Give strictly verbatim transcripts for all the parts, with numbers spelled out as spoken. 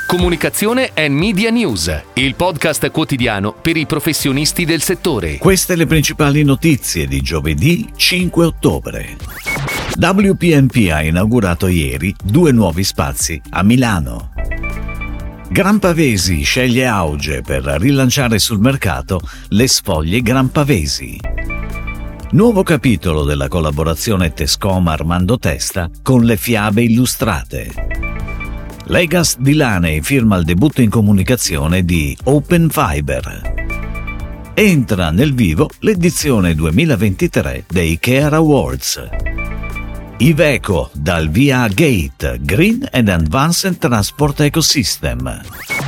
Comunicazione and Media News, il podcast quotidiano per i professionisti del settore. Queste le principali notizie di giovedì cinque ottobre. W P M P ha inaugurato ieri due nuovi spazi a Milano. Gran Pavesi sceglie Auge per rilanciare sul mercato le sfoglie Gran Pavesi. Nuovo capitolo della collaborazione Tescom-Armando Testa con le fiabe illustrate. Legas di Lanei firma il debutto in comunicazione di Open Fiber. Entra nel vivo l'edizione duemilaventitré dei Care Awards. Iveco dal via a Gate, Green and Advanced Transport Ecosystem.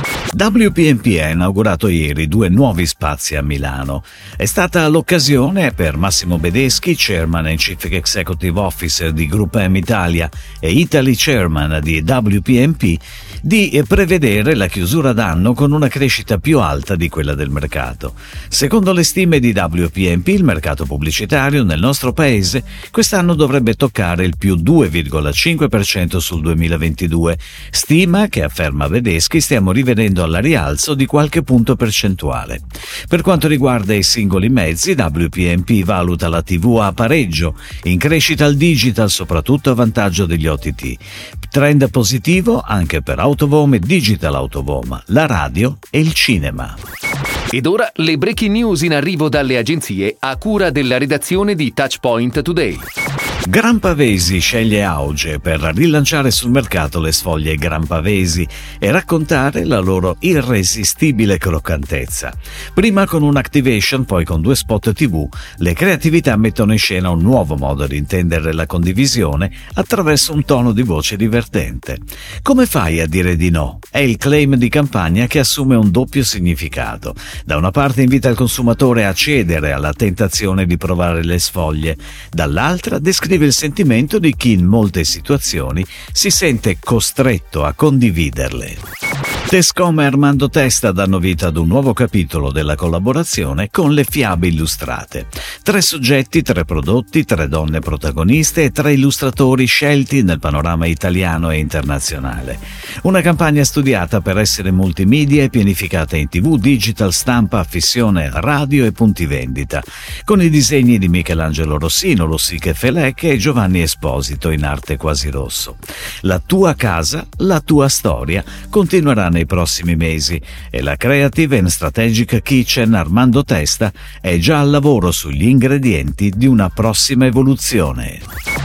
W P M P ha inaugurato ieri due nuovi spazi a Milano. È stata l'occasione per Massimo Bedeschi, Chairman and Chief Executive Officer di Group M Italia e Italy Chairman di W P M P, di prevedere la chiusura d'anno con una crescita più alta di quella del mercato. Secondo le stime di W P M P, il mercato pubblicitario nel nostro paese quest'anno dovrebbe toccare il più due virgola cinque per cento sul duemilaventidue, stima che, afferma Bedeschi, stiamo rivedendo alla rialzo di qualche punto percentuale. Per quanto riguarda i singoli mezzi, W P M P valuta la tivù a pareggio, in crescita il digital soprattutto a vantaggio degli O T T. Trend positivo anche per Autovom e Digital Autovom, la radio e il cinema. Ed ora le breaking news in arrivo dalle agenzie a cura della redazione di Touchpoint Today. Gran Pavesi sceglie Auge per rilanciare sul mercato le sfoglie Gran Pavesi e raccontare la loro irresistibile croccantezza. Prima con un'activation, poi con due spot tivù, le creatività mettono in scena un nuovo modo di intendere la condivisione attraverso un tono di voce divertente. Come fai a dire di no? È il claim di campagna che assume un doppio significato. Da una parte invita il consumatore a cedere alla tentazione di provare le sfoglie, dall'altra descrive il sentimento di chi in molte situazioni si sente costretto a condividerle. Tescom e Armando Testa danno vita ad un nuovo capitolo della collaborazione con le fiabe illustrate. Tre soggetti, tre prodotti, tre donne protagoniste e tre illustratori scelti nel panorama italiano e internazionale. Una campagna studiata per essere multimedia e pianificata in tivù, digital, stampa, affissione, radio e punti vendita, con i disegni di Michelangelo Rossino, Lossiche Felec e Giovanni Esposito in arte quasi rosso. La tua casa, la tua storia continuerà nei prossimi mesi e la Creative and Strategic Kitchen Armando Testa è già al lavoro sugli ingredienti di una prossima evoluzione.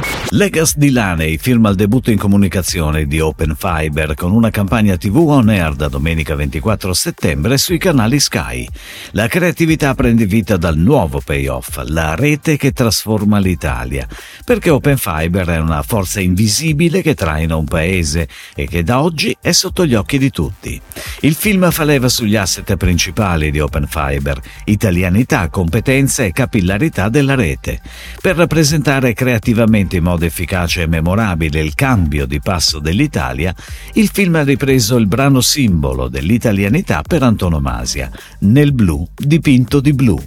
Legas di Lanei firma il debutto in comunicazione di Open Fiber con una campagna tivù on air da domenica ventiquattro settembre sui canali Sky. La creatività prende vita dal nuovo payoff, la rete che trasforma l'Italia, perché Open Fiber è una forza invisibile che traina un paese e che da oggi è sotto gli occhi di tutti. Il film fa leva sugli asset principali di Open Fiber: italianità, competenza e capillarità della rete, per rappresentare creativamente in modo efficace e memorabile il cambio di passo dell'Italia. Il film ha ripreso il brano simbolo dell'italianità per antonomasia, Nel blu dipinto di blu.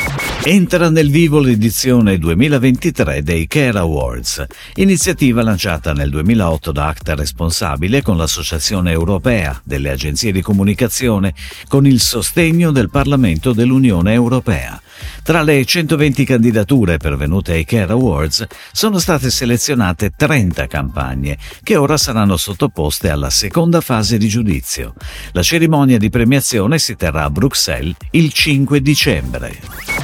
Entra nel vivo l'edizione duemilaventitré dei Care Awards, iniziativa lanciata nel duemilaotto da Acta Responsabile con l'Associazione Europea delle Agenzie di Comunicazione, con il sostegno del Parlamento dell'Unione Europea. Tra le centoventi candidature pervenute ai Care Awards sono state selezionate trenta campagne che ora saranno sottoposte alla seconda fase di giudizio. La cerimonia di premiazione si terrà a Bruxelles il cinque dicembre.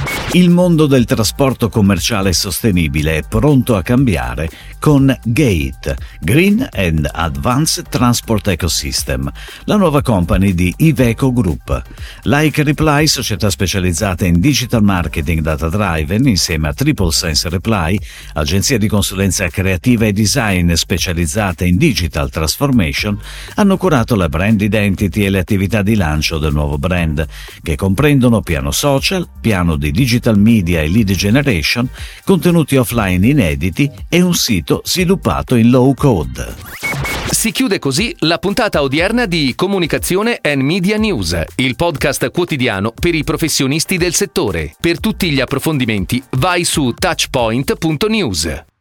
Il mondo del trasporto commerciale sostenibile è pronto a cambiare con Gate, Green and Advanced Transport Ecosystem, la nuova company di Iveco Group. Like Reply, società specializzata in digital marketing data driven, insieme a Triple Sense Reply, agenzia di consulenza creativa e design specializzata in digital transformation, hanno curato la brand identity e le attività di lancio del nuovo brand, che comprendono piano social, piano di digital media e lead generation, contenuti offline inediti e un sito sviluppato in low code. Si chiude così la puntata odierna di Comunicazione and Media News, il podcast quotidiano per i professionisti del settore. Per tutti gli approfondimenti vai su touchpoint punto news.